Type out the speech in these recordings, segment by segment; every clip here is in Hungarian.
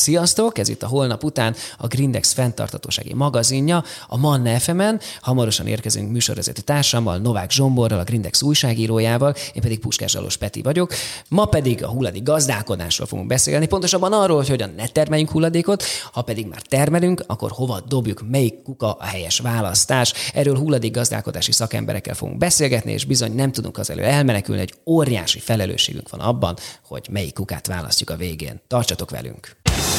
Sziasztok! Ez itt a Holnap után a Grindex fenntarthatósági magazinja, a Manna FM-en. Hamarosan érkezünk műsorvezető társammal, Novák Zsomborral, a Grindex újságírójával, én pedig Puskás Zsalos Peti vagyok. Ma pedig a hulladék gazdálkodásról fogunk beszélni, pontosabban arról, hogy hogyan ne termeljünk hulladékot, ha pedig már termelünk, akkor hova dobjuk, melyik kuka a helyes választás. Erről hulladék gazdálkodási szakemberekkel fogunk beszélgetni, és bizony nem tudunk az elől elmenekülni, egy óriási felelősségünk van abban, hogy melyik kukát választjuk a végén. Tartsatok velünk!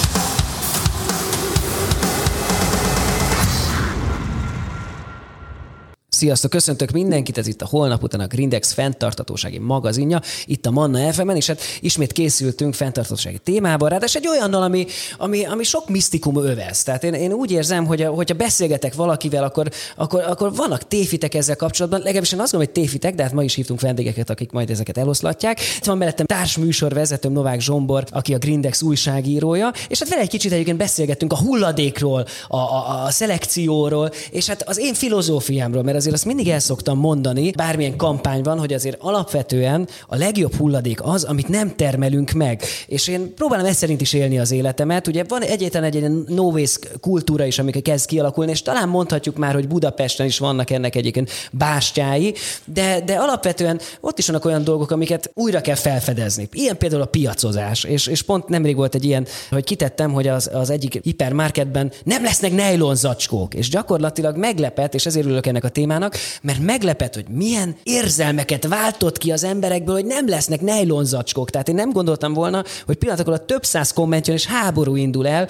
Sziasztok, köszöntök mindenkit, ez itt a Holnap után a Grindex fenntarthatósági magazinja, itt a Manna FM-en, és hát ismét készültünk fenntarthatósági témában, ráadásul egy olyannal, ami sok misztikum övez. Tehát én úgy érzem, hogyha beszélgetek valakivel, akkor vannak tévhitek ezzel kapcsolatban, legalábbis én azt gondolom, hogy tévhitek, de hát ma is hívtunk vendégeket, akik majd ezeket eloszlatják. Itt van mellettem társműsorvezetőm Novák Zsombor, aki a Grindex újságírója, és hát vele egy kicsit egyébként beszélgettünk a hulladékról, a szelekcióról, és hát az én filozófiámról, mert azért azt mindig el szoktam mondani, bármilyen kampány van, hogy azért alapvetően a legjobb hulladék az, amit nem termelünk meg. És én próbálom ezt szerint is élni az életemet. Ugye van egyáltalán egy no waste kultúra is, amik kezd kialakulni, és talán mondhatjuk már, hogy Budapesten is vannak ennek egyébként bástyái, de alapvetően ott is vannak olyan dolgok, amiket újra kell felfedezni. Ilyen például a piacozás. És pont nemrég volt egy ilyen, hogy kitettem, hogy az egyik hipermarketben nem lesznek nejlon zacskók. És gyakorlatilag meglepett, és ezért örülök ennek a témának, mert meglepett, hogy milyen érzelmeket váltott ki az emberekből, hogy nem lesznek nejlon zacskók. Tehát én nem gondoltam volna, hogy pillanatokon a több száz komment jön, és háború indul el,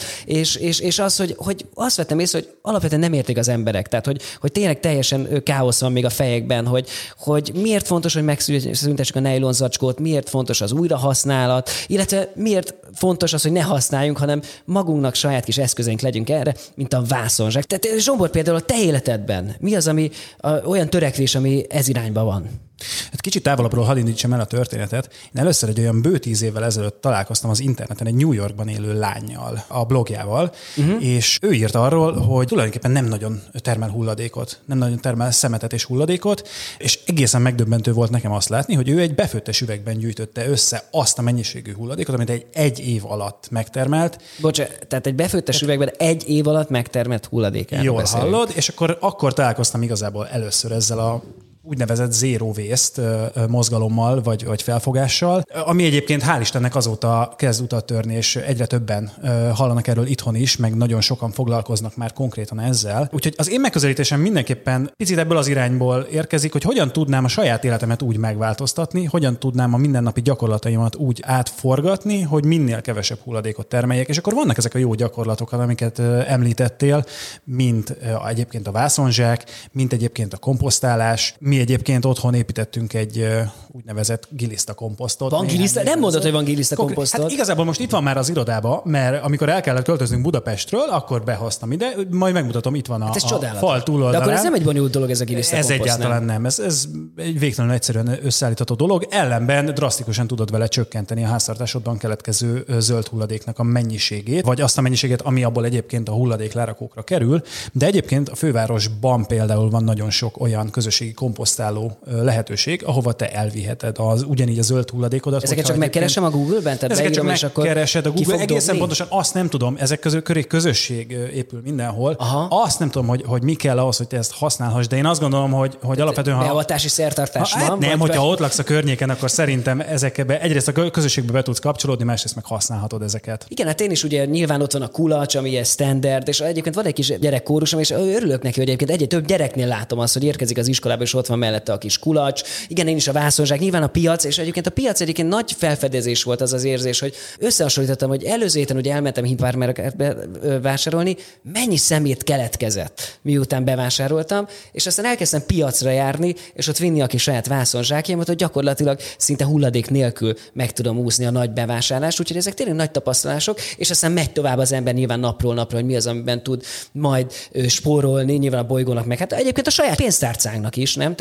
és az, hogy azt vettem észre, hogy alapvetően nem értik az emberek. Tehát, hogy tényleg teljesen káosz van még a fejekben, hogy miért fontos, hogy megszüntessük a nejlon zacskót, miért fontos az újrahasználat, illetve miért fontos az, hogy ne használjunk, hanem magunknak saját kis eszközeink legyünk erre, mint a vászonzsák. Tehát Zsombor, például a te életedben mi az, ami olyan törekvés, ami ez irányba van? Hát kicsit távolabbról hadd indítsam el a történetet. Én először egy olyan bő 10 évvel ezelőtt találkoztam az interneten egy New Yorkban élő lánnyal, a blogjával, és ő írt arról, hogy tulajdonképpen nem nagyon termel hulladékot, nem nagyon termel szemetet és hulladékot, és egészen megdöbbentő volt nekem azt látni, hogy ő egy befőttes üvegben gyűjtötte össze azt a mennyiségű hulladékot, amit egy év alatt megtermelt. Tehát egy befőttes üvegben egy év alatt megtermelt hulladék. Jól hallod, és akkor találkoztam igazából először ezzel a úgynevezett zero waste mozgalommal, vagy felfogással, ami egyébként hál' Istennek azóta kezd utat törni, és egyre többen hallanak erről itthon is, meg nagyon sokan foglalkoznak már konkrétan ezzel. Úgyhogy az én megközelítésem mindenképpen picit ebből az irányból érkezik, hogy hogyan tudnám a saját életemet úgy megváltoztatni, hogyan tudnám a mindennapi gyakorlataimat úgy átforgatni, hogy minél kevesebb hulladékot termeljek. És akkor vannak ezek a jó gyakorlatok, amiket említettél, mint egyébként a vászonzsák, mint egyébként a komposztálás. Mi egyébként otthon építettünk egy úgynevezett giliszta komposztot. Van giliszta? Nem mondod, hogy van giliszta komposztot. Hát igazából most itt van már az irodába, mert amikor el kellett költöznünk Budapestről, akkor behoztam ide, majd megmutatom, itt van a fal túloldalán. De akkor ez nem egy bonyolult dolog, ez a giliszta komposzt. Ez egyáltalán nem. Ez egy végtelenül egyszerűen összeállítható dolog. Ellenben drasztikusan tudod vele csökkenteni a háztartásodban keletkező zöld hulladéknak a mennyiségét, vagy azt a mennyiséget, ami abból egyébként a hulladék lerakókra kerül. De egyébként a fővárosban például van nagyon sok olyan közösségi komposztáló lehetőség, ahova te elviheted ugyanígy a zöld hulladékodat. Ezeket csak megkeresem a Google-ben? Ezeket csak megkeresed a Google-ben. Egészen pontosan azt nem tudom, ezek köré közösség épül mindenhol. Aha. Azt nem tudom, hogy mi kell ahhoz, hogy te ezt használhass, de én azt gondolom, hogy alapvetően... Beavatási szertartás van? Nem, hogyha ott laksz a környéken, akkor szerintem ezekbe egyrészt a közösségbe be tudsz kapcsolódni, másrészt meg használhatod ezeket. Igen, hát én is ugye nyilván ott van a kulacs, ami ilyen standard, és egyébként van egy kis gyerekkórusom, és örülök neki, hogy egyébként egyre több gyereknél látom azt, hogy érkezik az iskolába, és ott van mellette a kis kulacs. Igen, én is a vászonzsák, nyilván a piac, és egyébként a piac egyébként nagy felfedezés volt az érzés, hogy összehasonlítottam, hogy előző héten ugye elmentem hipermarketbe vásárolni, mennyi szemét keletkezett, miután bevásároltam, és aztán elkezdtem piacra járni, és ott vinni a kis saját vászonzsákjaimat, hogy gyakorlatilag szinte hulladék nélkül meg tudom úszni a nagy bevásárlást, úgyhogy ezek tényleg nagy tapasztalások, és aztán megy tovább az ember nyilván napról napra, hogy mi az, amiben tud majd spórolni, nyilván a bolygónak meg. Hát egyébként a saját pénztárcánknak is, nem?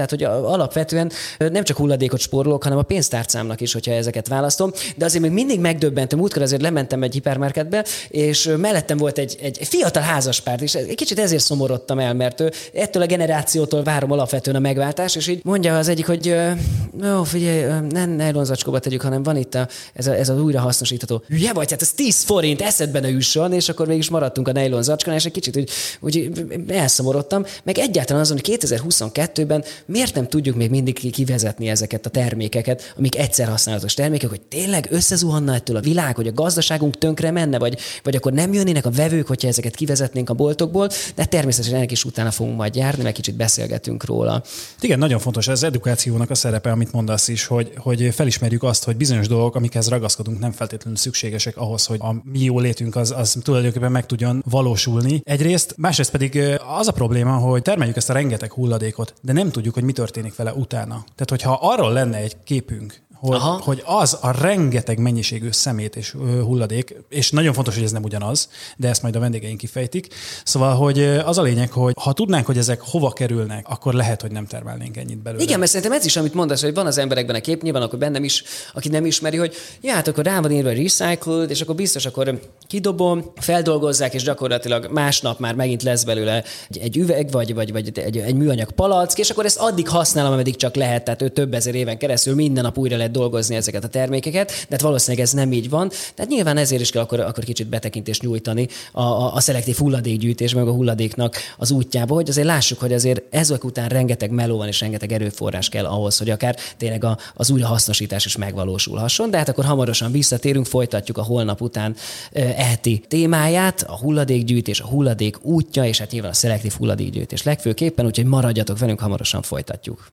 tehát hogy alapvetően nem csak hulladékot spórolok, hanem a pénztárcámnak is, hogyha ezeket választom. De azért még mindig megdöbbentem, múltkor azért lementem egy hipermarketbe, és mellettem volt egy fiatal házaspár, és egy kicsit ezért szomorodtam el, mert ettől a generációtól várom alapvetően a megváltást, és így mondja az egyik, hogy jó, figyelj, nem nejlonzacskóba tegyük, hanem van itt ez az újrahasznosítható. Hülye vagy, hát ez 10 forint, eszedbe ne üssön, és akkor mégis maradtunk a nejlonzacskán, és egy kicsit úgy elszomorodtam, meg egyáltalán azon, hogy 2022-ben miért nem tudjuk még mindig kivezetni ezeket a termékeket, amik egyszer használatos termékek, hogy tényleg összezuhanna ettől a világ, hogy a gazdaságunk tönkre menne, vagy akkor nem jönnének a vevők, hogyha ezeket kivezetnénk a boltokból, de természetesen ennek is utána fogunk majd járni, meg kicsit beszélgetünk róla. Igen, nagyon fontos ez edukációnak a szerepe, amit mondasz is, hogy felismerjük azt, hogy bizonyos dolgok, amikhez ragaszkodunk, nem feltétlenül szükségesek ahhoz, hogy a mi jó létünk az tulajdonképpen meg tudjon valósulni. Egyrészt, másrészt pedig az a probléma, hogy termeljük ezt a rengeteg hulladékot, de nem tudjuk, hogy mi történik vele utána. Tehát, hogyha arról lenne egy képünk, hogy az a rengeteg mennyiségű szemét és hulladék, és nagyon fontos, hogy ez nem ugyanaz, de ezt majd a vendégeink kifejtik. Szóval, hogy az a lényeg, hogy ha tudnánk, hogy ezek hova kerülnek, akkor lehet, hogy nem termelnénk ennyit belőle. Igen, mert szerintem ez is, amit mondasz, hogy van az emberekben a kép, nyilván akkor bennem is, aki nem ismeri, hogy hát akkor rá van írva recycled, és akkor biztos akkor kidobom, feldolgozzák, és gyakorlatilag másnap már megint lesz belőle egy üveg, vagy egy műanyag palack, és akkor ezt addig használom, ameddig csak lehet, tehát ő több ezer éven keresztül minden nap újra lehet dolgozni ezeket a termékeket, de hát valószínűleg ez nem így van. Tehát nyilván ezért is kell akkor kicsit betekintést nyújtani a szelektív hulladékgyűjtés, meg a hulladéknak az útjába, hogy azért lássuk, hogy azért ezek után rengeteg meló van és rengeteg erőforrás kell ahhoz, hogy akár tényleg az újrahasznosítás is megvalósulhasson. De hát akkor hamarosan visszatérünk, folytatjuk a holnap után eheti témáját, a hulladékgyűjtés, a hulladék útja, és hát nyilván a szelektív hulladékgyűjtés legfőképpen, úgyhogy maradjatok velünk, hamarosan folytatjuk.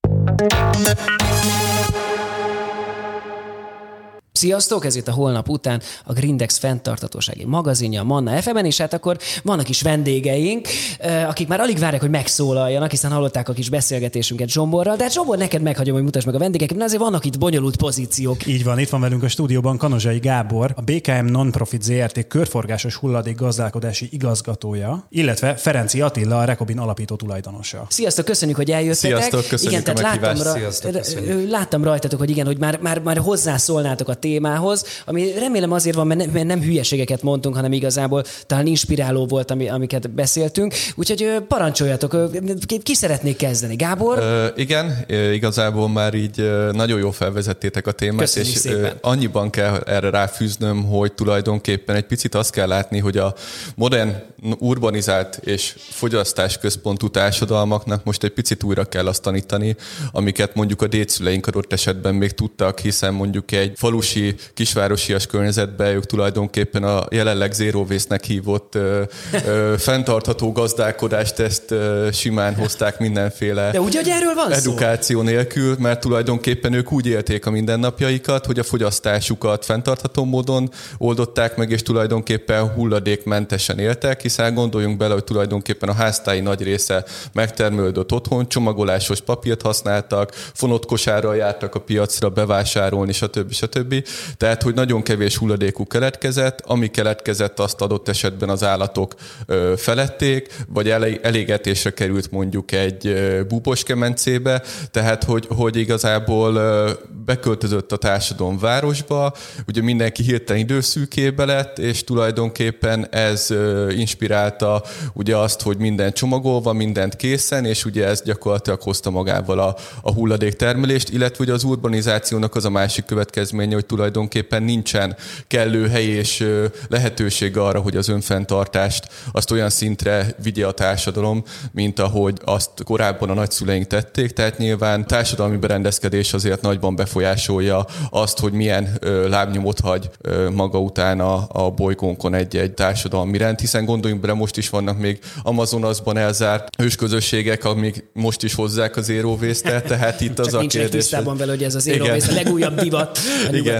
Sziasztok, ez itt a holnap után a Grindex fenntarthatósági magazinja, a Manna FM-en, és hát akkor vannak is vendégeink, akik már alig várják, hogy megszólaljanak, hiszen hallották a kis beszélgetésünket Zsomborral, de hát Zsombor, neked meghagyom, hogy mutasd meg a vendégeket, mert azért vannak itt bonyolult pozíciók. Így van, itt van velünk a stúdióban Kanozsai Gábor, a BKM Nonprofit Zrt. Körforgásos hulladék gazdálkodási igazgatója, illetve Ferenci Attila, a Rekobin alapító tulajdonosa. Sziasztok, köszönjük, hogy eljöttetek. Sziasztok, köszönjük igen, a meghívást. Láttam rajtatok, hogy igen, hogy már hozzászólnátok a témához, ami remélem azért van, mert nem hülyeségeket mondtunk, hanem igazából talán inspiráló volt, amiket beszéltünk. Úgyhogy parancsoljatok, ki szeretnék kezdeni? Gábor? Igen, igazából már így nagyon jól felvezettétek a témát, köszönjük és szépen. Annyiban kell erre ráfűznöm, hogy tulajdonképpen egy picit azt kell látni, hogy a modern, urbanizált és fogyasztásközpontú társadalmaknak most egy picit újra kell azt tanítani, amiket mondjuk a dédszüleink adott esetben még tudtak, hiszen mondjuk egy falusi, kisvárosias környezetben ők tulajdonképpen a jelenleg zero waste-nek hívott fenntartható gazdálkodást, ezt simán hozták mindenféle de úgy, hogy erről van edukáció nélkül, mert tulajdonképpen ők úgy élték a mindennapjaikat, hogy a fogyasztásukat fenntartható módon oldották meg, és tulajdonképpen hulladékmentesen éltek, hiszen gondoljunk bele, hogy tulajdonképpen a háztáji nagy része megtermelődött otthon, csomagolásos papírt használtak, fonott kosárral jártak a piacra bevásárolni, stb. Tehát, hogy nagyon kevés hulladékuk keletkezett, ami keletkezett, azt adott esetben az állatok felették, vagy elégetésre került mondjuk egy búbos kemencébe, tehát, hogy igazából beköltözött a társadalom városba, ugye mindenki hirtelen időszűkébe lett, és tulajdonképpen ez inspirálta ugye azt, hogy minden csomagolva, mindent készen, és ugye ez gyakorlatilag hozta magával a hulladéktermelést, illetve ugye az urbanizációnak az a másik következménye, hogy tulajdonképpen nincsen kellő hely és lehetőség arra, hogy az önfenntartást azt olyan szintre vigye a társadalom, mint ahogy azt korábban a nagyszüleink tették, tehát nyilván társadalmi berendezkedés azért nagyban befolyásolja azt, hogy milyen lábnyomot hagy maga után a bolygónkon egy társadalmi rend, hiszen gondoljunk bele, most is vannak még Amazonasban elzárt ősközösségek, amik most is hozzák az zero waste-t, tehát itt az a kérdés. Nincsenek tisztában vele, hogy ez az zero waste a legújabb divat a nyugati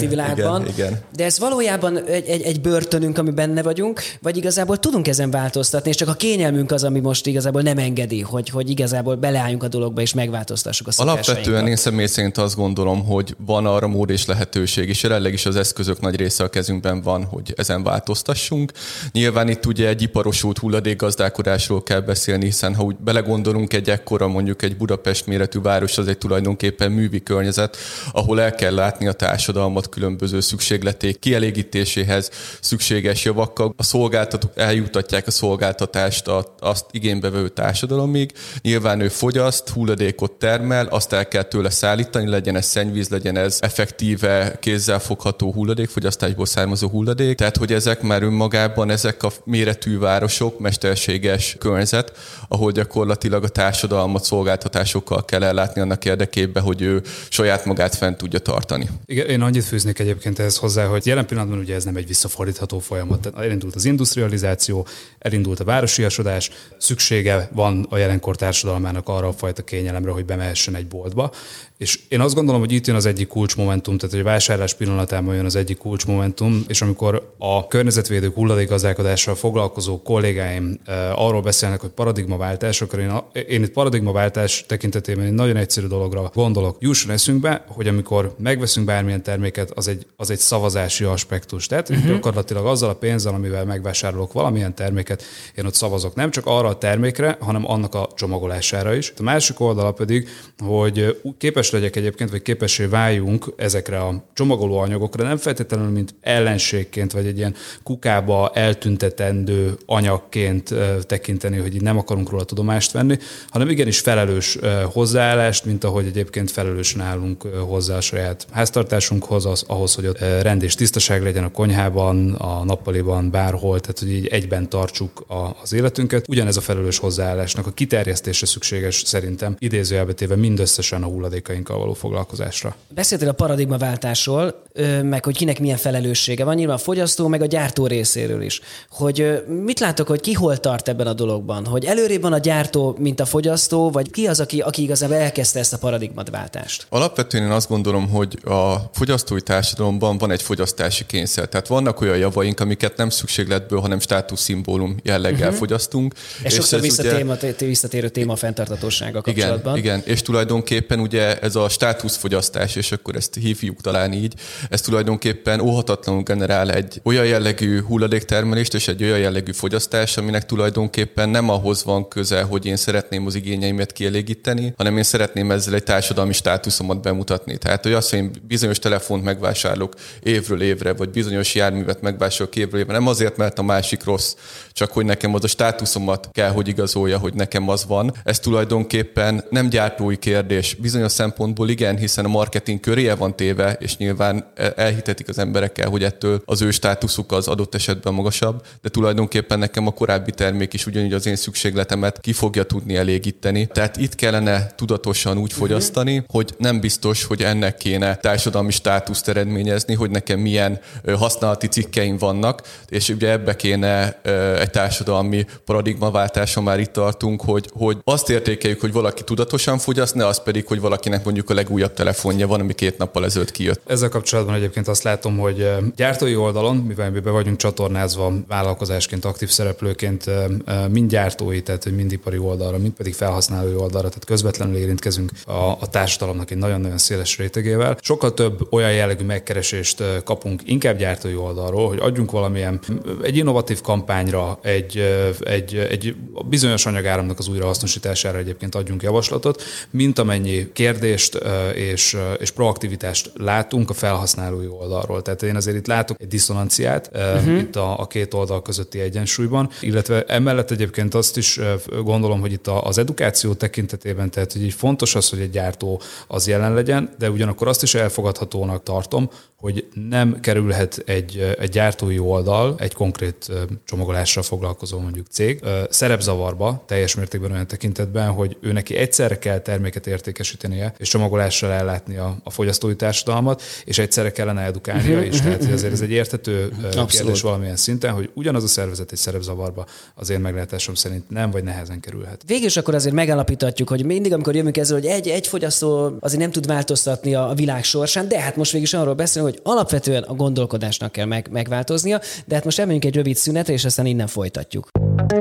világban. Igen. De ez valójában egy börtönünk, ami benne vagyunk, vagy igazából tudunk ezen változtatni, és csak a kényelmünk az, ami most igazából nem engedi, hogy igazából beleálljunk a dologba, és megváltoztassuk a szokásainkat. Alapvetően én személy szerint azt gondolom, hogy van arra mód és lehetőség, és jelenleg is az eszközök nagy része a kezünkben van, hogy ezen változtassunk. Nyilván itt ugye egy iparosult hulladékgazdálkodásról kell beszélni, hiszen ha úgy belegondolunk, egy ekkora, mondjuk egy Budapest méretű város, az egy tulajdonképpen művi környezet, ahol el kell látni a társadalmat különböző szükségleték kielégítéséhez szükséges javakkal. A szolgáltatók eljutatják a szolgáltatást azt igénybe vevő társadalomig. Nyilván ő fogyaszt, hulladékot termel, azt el kell tőle szállítani, legyen ez szennyvíz, legyen ez effektíve kézzelfogható hulladékfogyasztásból származó hulladék. Tehát, hogy ezek már önmagában ezek a méretű városok, mesterséges környezet, ahol gyakorlatilag a társadalmat szolgáltatásokkal kell ellátni annak érdekében, hogy ő saját magát fent tudja tartani. Igen, én annyit fűznék egyébként ehhez hozzá, hogy jelen pillanatban ugye ez nem egy visszafordítható folyamat. Elindult az industrializáció, elindult a városiasodás, szüksége van a jelenkor társadalmának arra a fajta kényelemre, hogy bemehessen egy boltba. És én azt gondolom, hogy itt jön az egyik kulcsmomentum, tehát hogy a vásárlás pillanatában jön az egyik kulcsmomentum, és amikor a környezetvédők hulladékgazdálkodással foglalkozó kollégáim arról beszélnek, hogy paradigmaváltás, akkor én itt paradigmaváltás tekintetében egy nagyon egyszerű dologra gondolok. Jusson eszünkbe, hogy amikor megveszünk bármilyen terméket, az egy szavazási aspektus. Tehát gyakorlatilag azzal a pénzzel, amivel megvásárolok valamilyen terméket, én ott szavazok nem csak arra a termékre, hanem annak a csomagolására is. A másik oldala pedig, hogy képes legyek egyébként, vagy képessé váljunk ezekre a csomagoló anyagokra, nem feltétlenül, mint ellenségként, vagy egy ilyen kukába eltüntetendő anyagként tekinteni, hogy így nem akarunk róla tudomást venni, hanem igenis felelős hozzáállást, mint ahogy egyébként felelősen állunk hozzá a saját háztartásunkhoz, ahhoz, hogy ott rend és tisztaság legyen a konyhában, a nappaliban, bárhol, tehát hogy így egyben tartsuk az életünket. Ugyanez a felelős hozzáállásnak a kiterjesztése szükséges szerintem idézőjelbe téve mindösszesen a hulladékainkkal való foglalkozásra. Beszéltél a paradigmaváltásról, meg hogy kinek milyen felelőssége van, nyilván a fogyasztó, meg a gyártó részéről is. Hogy mit látok, hogy ki hol tart ebben a dologban? Hogy előrébb van a gyártó, mint a fogyasztó, vagy ki az, aki igazából elkezdte ezt a paradigmaváltást? Alapvetően én azt gondolom, hogy a fogyasztói társadalomban van egy fogyasztási kényszer. Tehát vannak olyan javaink, amiket nem szükségletből, hanem státuszszimbólum jelleggel fogyasztunk. És sokszor visszatérő téma a fenntarthatósággal kapcsolatban. Igen, és tulajdonképpen ugye ez a státuszfogyasztás, és akkor ezt hívjuk talán így, ez tulajdonképpen óhatatlanul generál egy olyan jellegű hulladéktermelést és egy olyan jellegű fogyasztás, aminek tulajdonképpen nem ahhoz van köze, hogy én szeretném az igényeimet kielégíteni, hanem én szeretném ezzel egy társadalmi státuszomat bemutatni. Tehát, hogy azt, hogy én bizonyos telefont megvásárolok évről évre, vagy bizonyos járművet megvásárolok évről évre, nem azért, mert a másik rossz, csak hogy nekem az a státuszomat kell, hogy igazolja, hogy nekem az van. Ez tulajdonképpen nem gyártói kérdés. Bizonyos szempontból igen, hiszen a marketing köréje van téve, és nyilván elhitetik az emberekkel, hogy ettől az ő státuszuk az adott esetben magasabb, de tulajdonképpen nekem a korábbi termék is ugyanígy az én szükségletemet ki fogja tudni elégíteni. Tehát itt kellene tudatosan úgy fogyasztani, hogy nem biztos, hogy ennek kéne társadalmi státuszt eredményezni, hogy nekem milyen használati cikkeim vannak, és ugye ebbe kéne egy társadalmi paradigmaváltáson már itt tartunk, hogy azt értékeljük, hogy valaki tudatosan fogyaszt, ne az pedig, hogy valakinek mondjuk a legújabb telefonja van, ami 2 nappal ezelőtt kijött. Ezzel kapcsolatban egyébként azt látom, hogy gyártói oldalon, mivel mi be vagyunk csatornázva vállalkozásként, aktív szereplőként, mind gyártói, tehát mind ipari oldalra, mind pedig felhasználói oldalra, tehát közvetlenül érintkezünk a társadalomnak egy nagyon-nagyon széles rétegével. Sokkal több olyan jellegű megkeresést kapunk inkább gyártói oldalról, hogy adjunk valamilyen egy innovatív kampányra, egy bizonyos anyagáramnak az újrahasznosítására egyébként adjunk javaslatot, mint amennyi kérdést és proaktivitást látunk a felhasználói oldalról. Tehát én azért itt látok egy diszonanciát itt a két oldal közötti egyensúlyban, illetve emellett egyébként azt is gondolom, hogy itt az edukáció tekintetében, tehát hogy így fontos az, hogy egy gyártó az jelen legyen, de ugyanakkor azt is elfogadhatónak tartom, hogy nem kerülhet egy gyártói oldal, egy konkrét csomagolással foglalkozó mondjuk cég szerepzavarba teljes mértékben olyan tekintetben, hogy ő neki egyszerre kell terméket értékesítenie és csomagolással ellátni a fogyasztói társadalmat, és egyszerre kellene edukálnia is. Tehát ezért ez egy érthető kérdés valamilyen szinten, hogy ugyanaz a szervezet egy szerepzavarba az én meglátásom szerint nem vagy nehezen kerülhet. Végül is akkor azért megállapíthatjuk, hogy mindig, amikor jövünk ezzel, hogy egy fogyasztó azért nem tud változtatni a világ sorsán, de hát most végül is arról beszélünk, hogy alapvetően a gondolkodásnak kell megváltoznia, de hát most elmegyünk egy rövid szünetre, és aztán innen folytatjuk.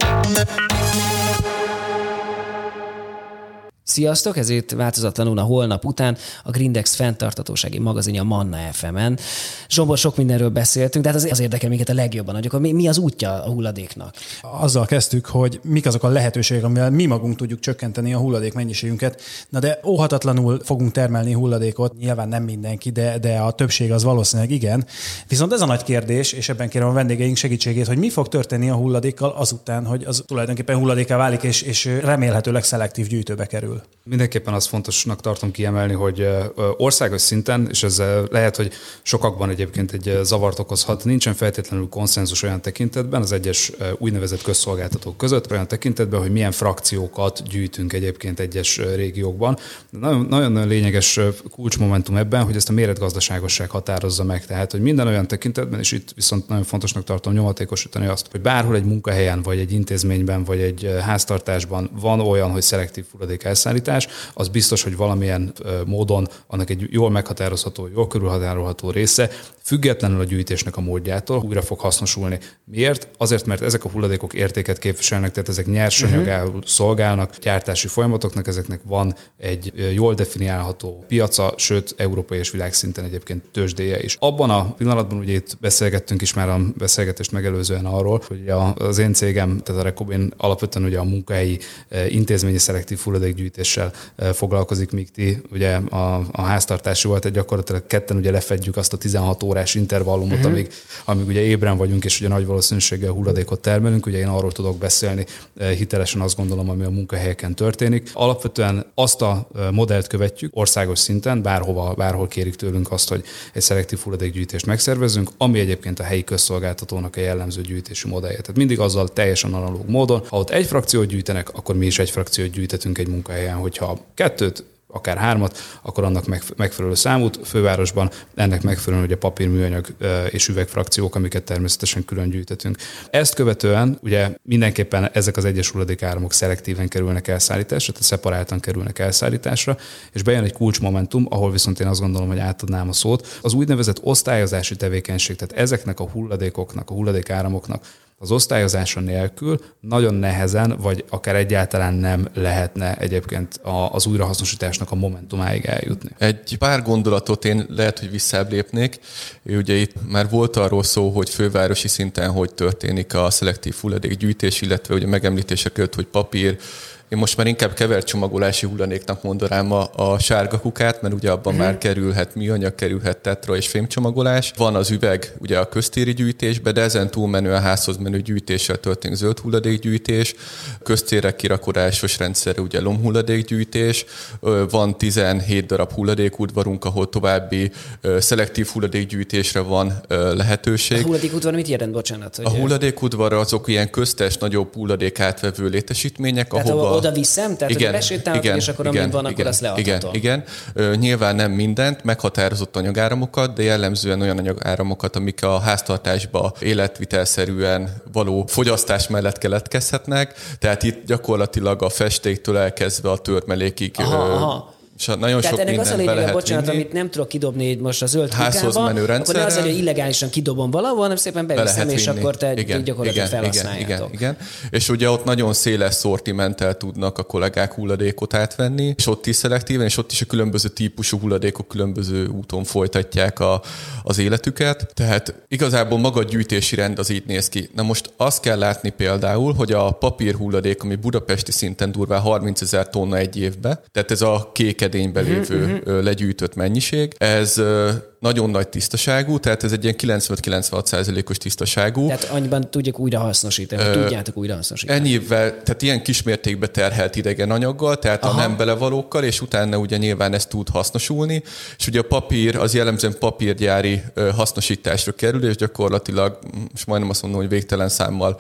Sziasztok, ez itt változatlanul a holnap után a Grindex fenntarthatósági magazinja Manna FM-en. Zsombor, sok mindenről beszéltünk, de hát az érdekel minket a legjobban, hogy akkor mi az útja a hulladéknak? Azzal kezdtük, hogy mik azok a lehetőségek, amivel mi magunk tudjuk csökkenteni a hulladék mennyiségünket. Na de óhatatlanul fogunk termelni hulladékot, nyilván nem mindenki, de a többség az valószínűleg igen. Viszont ez a nagy kérdés, és ebben kérem a vendégeink segítségét, hogy mi fog történni a hulladékkal azután, hogy az tulajdonképpen hulladékká válik, és remélhetőleg szelektív gyűjtőbe kerül. Mindenképpen azt fontosnak tartom kiemelni, hogy országos szinten, és ez lehet, hogy sokakban egyébként egy zavart okozhat, nincsen feltétlenül konszenzus olyan tekintetben az egyes úgynevezett közszolgáltatók között, olyan tekintetben, hogy milyen frakciókat gyűjtünk egyébként egyes régiókban. Nagyon lényeges kulcsmomentum ebben, hogy ezt a méretgazdaságosság határozza meg. Tehát, hogy minden olyan tekintetben, és itt viszont nagyon fontosnak tartom nyomatékosítani azt, hogy bárhol egy munkahelyen, vagy egy intézményben, vagy egy háztartásban van olyan, hogy szelektív hulladék elszállítás, az biztos, hogy valamilyen módon annak egy jól meghatározható, jól körülhatárolható része, függetlenül a gyűjtésnek a módjától újra fog hasznosulni. Miért? Azért, mert ezek a hulladékok értéket képviselnek, tehát ezek nyersanyagául szolgálnak, gyártási folyamatoknak, ezeknek van egy jól definiálható piaca, sőt, európai és világszinten egyébként tőzsdéje is. Abban a pillanatban, ugye itt beszélgettünk is már a beszélgetést megelőzően arról, hogy az én cégem, tehát a Recobin alapvetően ugye a munkahelyi intézményi szelektív hulladékgyűjtéssel foglalkozik, míg ti ugye a háztartási volt, tehát gyakorlatilag ketten ugye lefedjük azt a 16 órás intervallumot, amíg ugye ébren vagyunk, és ugye nagy valószínűséggel hulladékot termelünk. Ugye én arról tudok beszélni hitelesen, azt gondolom, ami a munkahelyeken történik. Alapvetően azt a modellt követjük országos szinten, bárhol kérik tőlünk azt, hogy egy szelektív hulladékgyűjtést megszervezzünk, ami egyébként a helyi közszolgáltatónak a jellemző gyűjtési modellje. Tehát mindig azzal teljesen analóg módon, ha ott egy frakciót gyűjtenek, akkor mi is egy frakciót gyűjtetünk egy munkahelyen, hogyha kettőt, akár 3, akkor annak megfelelő számút. Fővárosban ennek megfelelően ugye papír, műanyag és üvegfrakciók, amiket természetesen külön gyűjtetünk. Ezt követően ugye mindenképpen ezek az egyes hulladékáramok szelektíven kerülnek elszállításra, tehát szeparáltan kerülnek elszállításra, és bejön egy kulcsmomentum, ahol viszont én azt gondolom, hogy átadnám a szót, az úgynevezett osztályozási tevékenység, tehát ezeknek a hulladékoknak, a hulladékáramoknak az osztályozása nélkül nagyon nehezen, vagy akár egyáltalán nem lehetne egyébként az újrahasznosításnak a momentumáig eljutni. Egy pár gondolatot én lehet, hogy visszább lépnék. Ugye itt már volt arról szó, hogy fővárosi szinten hogy történik a szelektív hulladékgyűjtés, illetve ugye megemlítése került, hogy papír. Én most már inkább kevert csomagolási hulladéknak mondanám a sárga kukát, mert ugye abban már kerülhet műanyag, kerülhet tetra és fémcsomagolás. Van az üveg ugye a köztéri gyűjtésbe, de ezen túlmenően házhoz menő gyűjtéssel történik zöld hulladékgyűjtés, köztérek kirakodásos rendszerre ugye lomhulladékgyűjtés, van 17 darab hulladékudvarunk, ahol további szelektív hulladékgyűjtésre van lehetőség. A hulladékudvar mit jelent, bocsánat? Hogy a hulladékudvar azok ilyen köztes, nagyobb hulladék átvevő létesítmények, ahova oda viszem, tehát hogy besétálok, és akkor amint van, akkor azt leadhatom. Igen. Nyilván nem mindent, meghatározott anyagáramokat, de jellemzően olyan anyagáramokat, amik a háztartásba életvitelszerűen való fogyasztás mellett keletkezhetnek. Tehát itt gyakorlatilag a festéktől elkezdve a törmelékig. Nagyon tehát sok ennek az a lényege, bocsánat, vinni. amit nem tudok kidobni most a zöld házhoz kukába, menő akkor ne az, hogy illegálisan kidobom valahol, hanem szépen beviszem, és akkor te gyakorlatilag felhasználjátok. Igen. És ugye ott nagyon széles szortimenttel tudnak a kollégák hulladékot átvenni, és ott is szelektíven, és ott is a különböző típusú hulladékok különböző úton folytatják az életüket. Tehát igazából maga a gyűjtési rend az így néz ki. Na most azt kell látni például, hogy a papírhulladék, ami budapesti szinten durván 30 000 tonna egy évbe, tehát ez a kék edényben lévő legyűjtött mennyiség. Ez nagyon nagy tisztaságú, tehát ez egy ilyen 95-96%-os tisztaságú. Tehát annyiban tudjuk újrahasznosítani, tudjátok újrahasznosítani. Ennyivel, tehát ilyen kismértékben terhelt idegen anyaggal, tehát a nem belevalókkal, és utána ugye nyilván ez tud hasznosulni. És ugye a papír, az jellemzően papírgyári hasznosításra kerül, és gyakorlatilag, most majdnem azt mondom, hogy végtelen számmal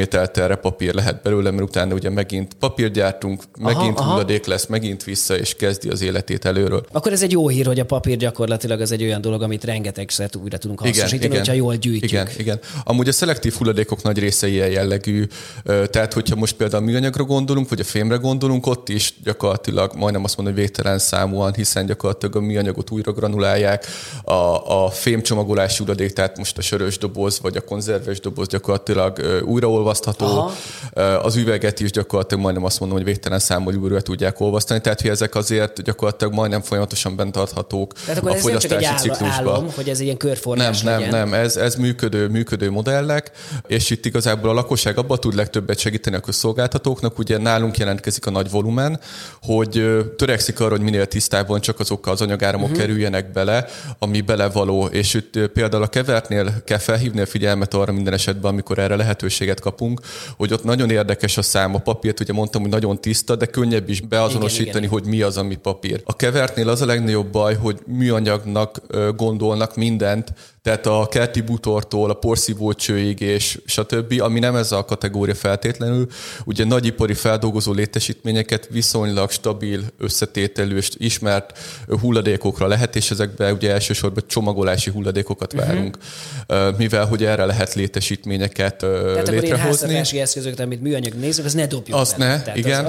papír lehet belőle, mert utána ugye megint papírt gyártunk, megint hulladék lesz, megint vissza, és kezdi az életét előről. Akkor ez egy jó hír, hogy a papír gyakorlatilag az egy olyan dolog, amit rengetegszer újra tudunk hasznosítani, hogyha jól gyűjtjük. Igen. Amúgy a szelektív hulladékok nagy része ilyen jellegű, tehát hogyha most például a műanyagra gondolunk, vagy a fémre gondolunk, ott is gyakorlatilag majdnem azt mondom, hogy végtelen számúan, hiszen gyakorlatilag a műanyagot újra granulálják, a fémcsomagolású hulladék, tehát most a sörös doboz, vagy a konzerves doboz gyakorlatilag újraolvasztható. Aha. Az üveget is gyakorlatilag majdnem azt mondom, hogy végtelen számú újra tudják olvasztani, tehát hogy ezek azért gyakorlatilag majdnem folyamatosan bent tarthatók a fogyasztási ciklusban. Álom, hogy ez ilyen körforgás legyen. Nem, ez működő modellek, és itt igazából a lakosság abban tud legtöbbet segíteni a közszolgáltatóknak, ugye nálunk jelentkezik a nagy volumen, hogy törekszik arra, hogy minél tisztában csak azok az anyagáramok kerüljenek bele, ami belevaló, és itt például a kevertnél kell felhívni a figyelmet arra minden esetben, amikor erre lehetőséget kapunk, hogy ott nagyon érdekes a szám. A papírt ugye mondtam, hogy nagyon tiszta, de könnyebb is beazonosítani, hogy mi az, ami papír. A kevertnél az a legnagyobb baj, hogy műanyagnak gondolnak mindent, tehát a kerti bútortól a porszívócsőig és stb., ami nem ez a kategória feltétlenül. Ugye nagyipari feldolgozó létesítményeket viszonylag stabil, összetételű és ismert hulladékokra lehet, és ezekben ugye elsősorban csomagolási hulladékokat várunk, mivel hogy erre lehet létesítményeket tehát létrehozni. Tehát akkor háztartási eszközöket, amit műanyag nézünk, az ne dobjuk azt bele.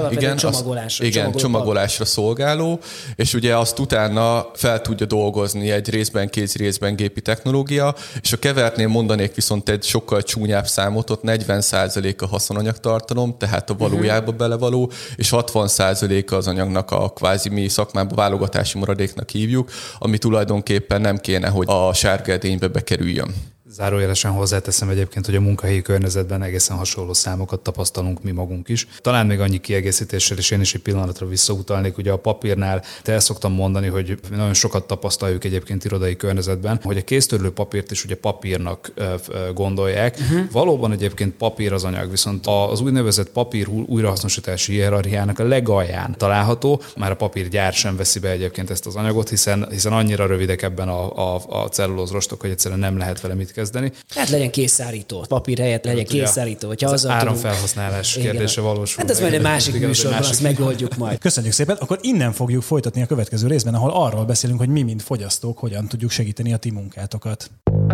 Igen, csomagolásra szolgáló, és ugye azt utána fel tudja dolgozni egy részben kézi, részben gépi technológia, és a kevertnél mondanék viszont egy sokkal csúnyább számot, ott 40% a haszonanyagtartalom, tehát a valójában belevaló, és 60% az anyagnak a kvázi mi szakmában válogatási maradéknak hívjuk, ami tulajdonképpen nem kéne, hogy a sárga edénybe bekerüljön. Zárójelesen hozzáteszem egyébként, hogy a munkahelyi környezetben egészen hasonló számokat tapasztalunk mi magunk is. Talán még annyi kiegészítéssel, és én is egy pillanatra visszautalnék, ugye a papírnál te el szoktam mondani, hogy nagyon sokat tapasztaljuk egyébként irodai környezetben, hogy a kéztörlő papírt is ugye papírnak gondolják. Valóban egyébként papír az anyag, viszont az úgynevezett papír újrahasznosítási hierarchiának a legalján található. Már a papírgyár sem veszi be egyébként ezt az anyagot, hiszen annyira rövidek ebben a cellulózrostok, hogy egyszerűen nem lehet vele mit kezdeni. Hát legyen készszállító. Papír helyett legyen készszállító. Az áramfelhasználás kérdése valósul. Hát ez majd egy másik műsorban, azt megoldjuk majd. Köszönjük szépen. Akkor innen fogjuk folytatni a következő részben, ahol arról beszélünk, hogy mi, mint fogyasztók, hogyan tudjuk segíteni a ti munkátokat.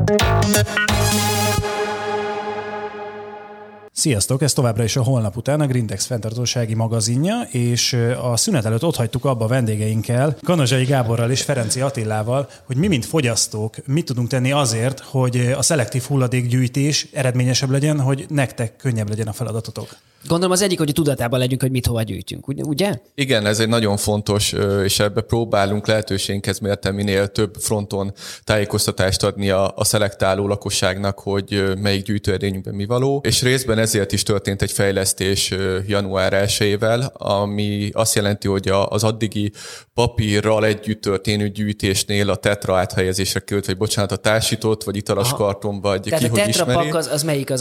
Sziasztok! Ez továbbra is a Holnap után a Grindex fenntarthatósági magazinja, és a szünet előtt ott hagytuk abba a vendégeinkkel, Kanazsai Gáborral és Ferenci Attilával, hogy mi, mint fogyasztók, mit tudunk tenni azért, hogy a szelektív hulladékgyűjtés eredményesebb legyen, hogy nektek könnyebb legyen a feladatotok. Gondolom az egyik, hogy tudatában legyünk, hogy mit hova gyűjtünk, ugye? Igen, ez egy nagyon fontos, és ebbe próbálunk lehetőségünkhez mérten minél több fronton tájékoztatást adni a szelektáló lakosságnak, hogy melyik gyűjtőedényünkben mi való. És részben ezért is történt egy fejlesztés január 1-ével, ami azt jelenti, hogy az addigi papírral együtt történő gyűjtésnél a tetra áthelyezésre került, vagy bocsánat, a társított, vagy italas karton, vagy tehát ki, hogy ismeri. Tehát a tetrapak az melyik?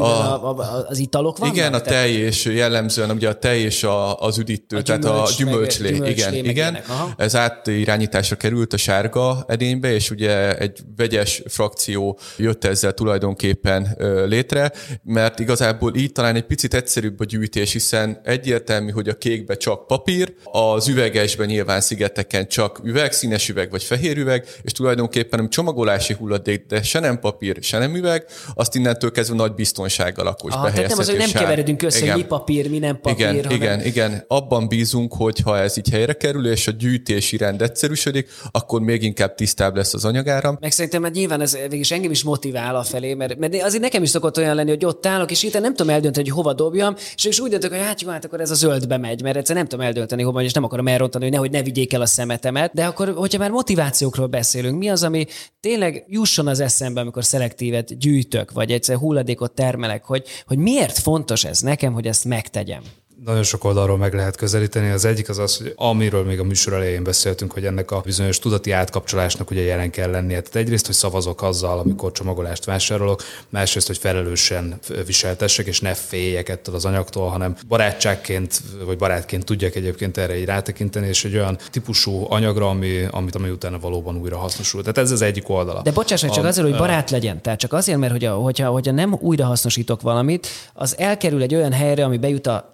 Az italok vannak? Igen, a tej és jellemzően ugye a tej és az üdítő, tehát a gyümölcslé. Igen. Ez átirányításra került a sárga edénybe, és ugye egy vegyes frakció jött ezzel tulajdonképpen létre, mert igazából így talán egy picit egyszerűbb a gyűjtés, hiszen egyértelmű, hogy a kékbe csak papír, az üvegesben nyilván szigeteken csak üveg, színes üveg vagy fehér üveg, és tulajdonképpen csomagolási hulladék, de se nem papír, se nem üveg, azt innentől kezdve nagy biztonsággal akkor is behelyezhető. Tehát nem az, hogy nem keveredünk össze, mi papír, mi nem papír. Igen. Abban bízunk, hogy ha ez így helyre kerül, és a gyűjtési rend egyszerűsödik, akkor még inkább tisztább lesz az anyagáram. Meg szerintem, mert nyilván ez végülis engem is motivál afelé, mert azért nekem is szokott olyan lenni, hogy ott állok, és itt nem tudom eldönteni, hogy hova dobjam, és úgy döntök, hogy hát akkor ez a zöldbe megy, mert egyszer nem tudom eldönteni, hova, és nem akarom elrontani, hogy nehogy ne vigyék el a szemetemet. De akkor, hogyha már motivációkról beszélünk, mi az, ami tényleg jusson az eszembe, amikor szelektívet gyűjtök, vagy egyszer hulladékot termelek, hogy miért fontos ez nekem, hogy ezt megtegyem? Nagyon sok oldalról meg lehet közelíteni. Az egyik az, hogy amiről még a műsor elején beszéltünk, hogy ennek a bizonyos tudati átkapcsolásnak ugye jelen kell lennie. Tehát egyrészt, hogy szavazok azzal, amikor csomagolást vásárolok, másrészt, hogy felelősen viseltessek, és ne féljek ettől az anyagtól, hanem barátságként vagy barátként tudjak egyébként erre így rátekinteni, és egy olyan típusú anyagra, ami utána valóban újra hasznosul. Tehát ez az egyik oldala. De bocsáss meg, csak azért, hogy barát legyen. Tehát csak azért, mert hogyha nem újra hasznosítok valamit, az elkerül egy olyan helyre, ami bejut a levegőbe,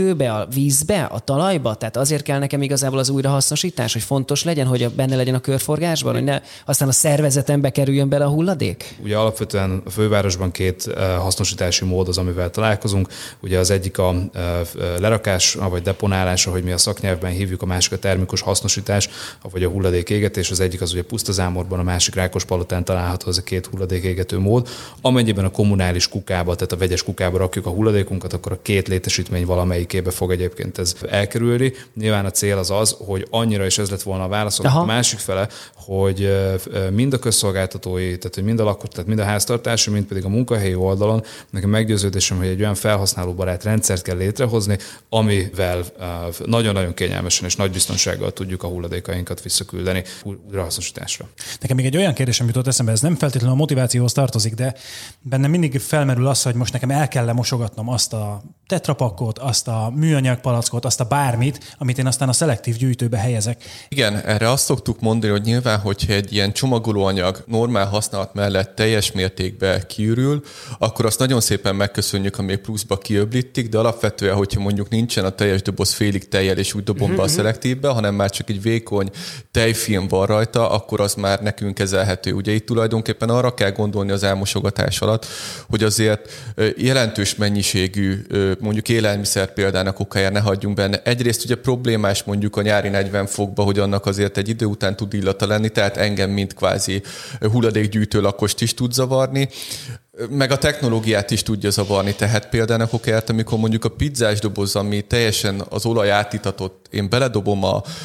levegőbe, a vízbe, a talajba? Tehát azért kell nekem igazából az újrahasznosítás, hogy fontos legyen, hogy benne legyen a körforgásban, hogy ne aztán a szervezetembe kerüljön bele a hulladék? Ugye alapvetően a fővárosban 2 hasznosítási mód az, amivel találkozunk. Ugye az egyik a lerakás, vagy deponálás, ahogy mi a szaknyelvben hívjuk, a másik a termikus hasznosítás, vagy a hulladékégetés. Az egyik az ugye Pusztazámorban, a másik Rákospalotán található, az a 2 hulladékégető mód. Amennyiben a kommunális kukába, tehát a vegyes kukába rakjuk a hulladékunkat, akkor a 2 létesítmény valamelyikébe fog egyébként ez elkerülni. Nyilván a cél az, hogy annyira is ez lett volna a válaszok. A másik fele, hogy mind a közszolgáltatói, tehát hogy mind a háztartási, mind pedig a munkahelyi oldalon nekem meggyőződésem, hogy egy olyan felhasználóbarát rendszert kell létrehozni, amivel nagyon-nagyon kényelmesen és nagy biztonsággal tudjuk a hulladékainkat visszaküldeni újrahasznosításra. Nekem még egy olyan kérdésem jutott eszembe, ez nem feltétlenül a motivációhoz tartozik, de bennem mindig felmerül az, hogy most nekem el kell mosogatnom azt a tetrapakot, azt a műanyag palackot, azt a bármit, amit én aztán a szelektív gyűjtőbe helyezek. Igen, erre azt szoktuk mondani, hogy nyilván, hogyha egy ilyen csomagolóanyag normál használat mellett teljes mértékben kiürül, akkor azt nagyon szépen megköszönjük, ha még pluszba kiöblítik, de alapvetően, hogyha mondjuk nincsen a teljes doboz félig tejjel és úgy dobom be a szelektívbe, hanem már csak egy vékony tejfilm van rajta, akkor az már nekünk kezelhető. Ugye itt tulajdonképpen arra kell gondolni az elmosogatás alatt, hogy azért jelentős mennyiségű mondjuk élelmiszer példának okáján ne hagyjunk benne. Egyrészt ugye problémás mondjuk a nyári 40 fokba, hogy annak azért egy idő után tud illata lenni, tehát engem mint kvázi hulladékgyűjtő lakost is tud zavarni, meg a technológiát is tudja zavarni, tehát például okáját, amikor mondjuk a pizzás doboz, ami teljesen az olaj átitatott, én beledobom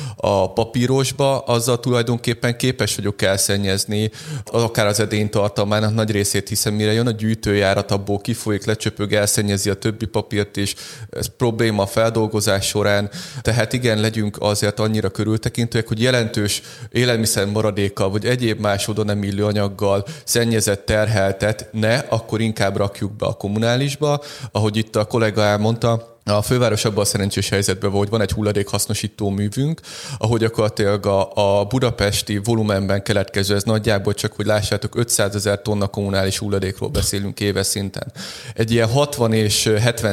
a papírosba, azzal tulajdonképpen képes vagyok elszennyezni akár az edény tartalmának nagy részét, hiszen mire jön a gyűjtőjárat, abból kifolyik, lecsöpög, elszennyezi a többi papírt is, ez probléma a feldolgozás során, tehát igen, legyünk azért annyira körültekintőek, hogy jelentős élelmiszer maradékkal, vagy egyéb más oda nem illő anyaggal szennyezett, terheltet akkor inkább rakjuk be a kommunálisba. Ahogy itt a kollega elmondta, a főváros abban a szerencsés helyzetben van, hogy van egy hulladékhasznosító művünk, ahogy gyakorlatilag a budapesti volumenben keletkező, ez nagyjából csak, hogy lássátok, 500 000 tonna kommunális hulladékról beszélünk éves szinten. Egy ilyen 60 és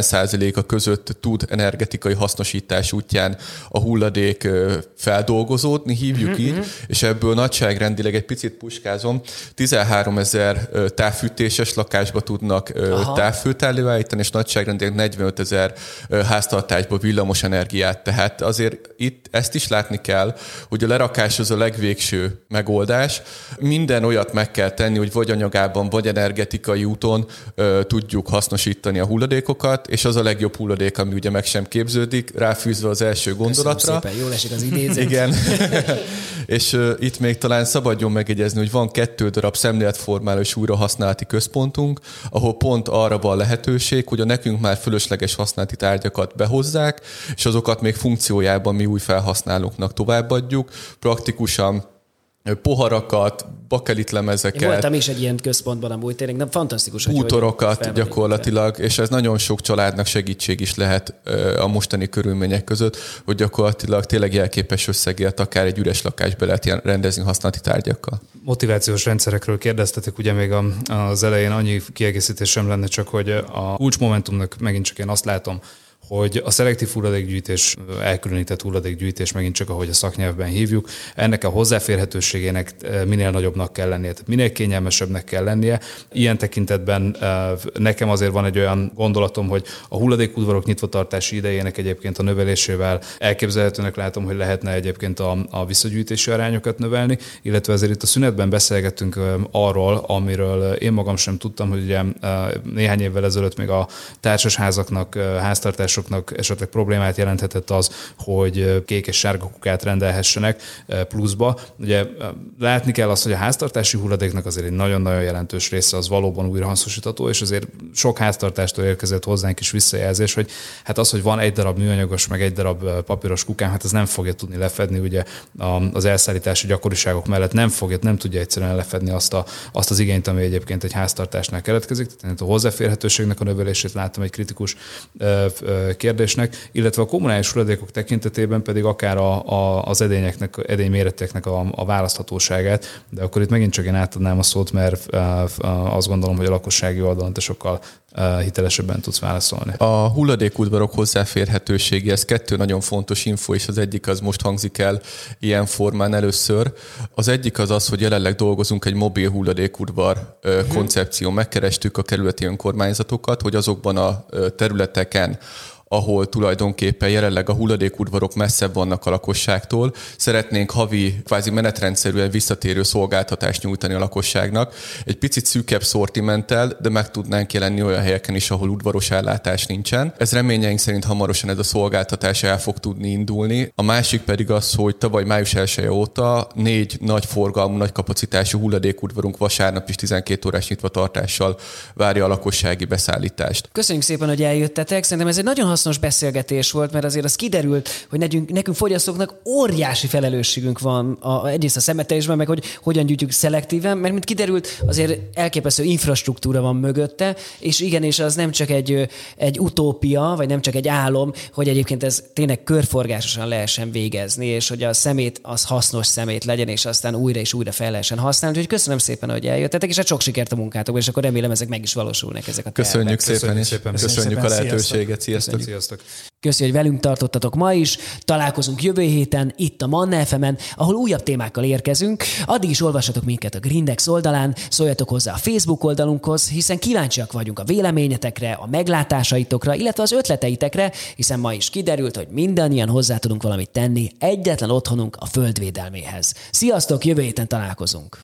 70% között tud energetikai hasznosítás útján a hulladék feldolgozódni, hívjuk így, és ebből nagyságrendileg egy picit puskázom, 13 000 távfűtéses lakásba tudnak távfőt előállítani, és nagyságrendileg 45 000 háztartásba villamos energiát. Tehát azért itt ezt is látni kell, hogy a lerakás az a legvégső megoldás. Minden olyat meg kell tenni, hogy vagy anyagában, vagy energetikai úton tudjuk hasznosítani a hulladékokat, és az a legjobb hulladék, ami ugye meg sem képződik, ráfűzve az első gondolatra. Köszönöm szépen, jól esik az idézet. Igen. És itt még talán szabadjon megjegyezni, hogy van 2 darab szemléletformáló és újrahasználati központunk, ahol pont arra van lehetőség, hogy a nekünk már fölösleges használati tárgyakat behozzák, és azokat még funkciójában mi új felhasználóknak továbbadjuk. Praktikusan poharakat, bakelitlemezeket. Én voltam is egy ilyen központban amúgy, tényleg nem fantasztikus. Bútorokat gyakorlatilag, és ez nagyon sok családnak segítség is lehet a mostani körülmények között, hogy gyakorlatilag tényleg jelképes összegért akár egy üres lakásba lehet rendezni használati tárgyakkal. Motivációs rendszerekről kérdeztetek, ugye még az elején annyi kiegészítésem lenne csak, hogy a kulcsmomentumnak megint csak én azt látom, hogy a szelektív hulladékgyűjtés, elkülönített hulladékgyűjtés, megint csak ahogy a szaknyelvben hívjuk, ennek a hozzáférhetőségének minél nagyobbnak kell lennie, tehát minél kényelmesebbnek kell lennie. Ilyen tekintetben nekem azért van egy olyan gondolatom, hogy a hulladékudvarok nyitvatartási idejének egyébként a növelésével elképzelhetőnek látom, hogy lehetne egyébként a visszagyűjtési arányokat növelni, illetve ezért itt a szünetben beszélgettünk arról, amiről én magam sem tudtam, hogy ugye néhány évvel ezelőtt még a társasházaknak, háztartásoknak esetleg problémát jelenthetett az, hogy kék és sárga kukát rendelhessenek pluszba. Ugye látni kell azt, hogy a háztartási hulladéknak azért egy nagyon-nagyon jelentős része az valóban újrahasznosítható, és azért sok háztartástól érkezett hozzánk is visszajelzés, hogy hát az, hogy van egy darab műanyagos, meg egy darab papíros kukám, hát ez nem fogja tudni lefedni ugye az elszállítási gyakoriságok mellett nem tudja egyszerűen lefedni azt az igényt, ami egyébként egy háztartásnál keletkezik. Tehát a hozzáférhetőségnek a növelését látom egy kritikus kérdésnek, illetve a kommunális hulladékok tekintetében pedig akár az edényméreteknek a választhatóságát, de akkor itt megint csak én átadnám a szót, mert azt gondolom, hogy a lakossági oldalon sokkal hitelesebben tudsz válaszolni. A hulladékudvarok hozzáférhetősége, ez 2 nagyon fontos info, és az egyik az most hangzik el ilyen formán először. Az egyik az, hogy jelenleg dolgozunk egy mobil hulladékudvar koncepción. Megkerestük a kerületi önkormányzatokat, hogy azokban a területeken, ahol tulajdonképpen jelenleg a hulladékudvarok messzebb vannak a lakosságtól. Szeretnénk havi, kvázi menetrendszerűen visszatérő szolgáltatást nyújtani a lakosságnak. Egy picit szűkebb szortimenttel, de meg tudnánk jelenni olyan helyeken is, ahol udvaros ellátás nincsen. Ez reményeink szerint hamarosan ez a szolgáltatás el fog tudni indulni. A másik pedig az, hogy tavaly május 1 óta 4 nagy forgalmú, nagy kapacitású hulladékudvarunk vasárnap is 12 órás nyitvatartással várja a lakossági beszállítást. Köszönjük szépen, hogy eljöttetek. Szerintem ez egy nagyon hasznos beszélgetés volt, mert azért az kiderült, hogy nekünk fogyasztóknak óriási felelősségünk van egyrészt a szemetelésben, meg hogy hogyan gyűjtjük szelektíven, mert mint kiderült, azért elképesztő infrastruktúra van mögötte, és igenis az nem csak egy utópia, vagy nem csak egy álom, hogy egyébként ez tényleg körforgásosan lehessen végezni, és hogy a szemét az hasznos szemét legyen, és aztán újra és újra fel lehessen használni. Úgyhogy köszönöm szépen, hogy eljöttetek, és hát sok sikert a munkátokban, és akkor remélem ezek meg is valósulnak ezek a tervek. Köszönjük szépen, és köszönjük a lehetőséget. Sziasztok! Köszönjük, hogy velünk tartottatok ma is. Találkozunk jövő héten itt a Manna FM-en, ahol újabb témákkal érkezünk. Addig is olvassatok minket a Grindex oldalán, szóljatok hozzá a Facebook oldalunkhoz, hiszen kíváncsiak vagyunk a véleményetekre, a meglátásaitokra, illetve az ötleteitekre, hiszen ma is kiderült, hogy mindannyian hozzá tudunk valamit tenni egyetlen otthonunk a földvédelméhez. Sziasztok, jövő héten találkozunk!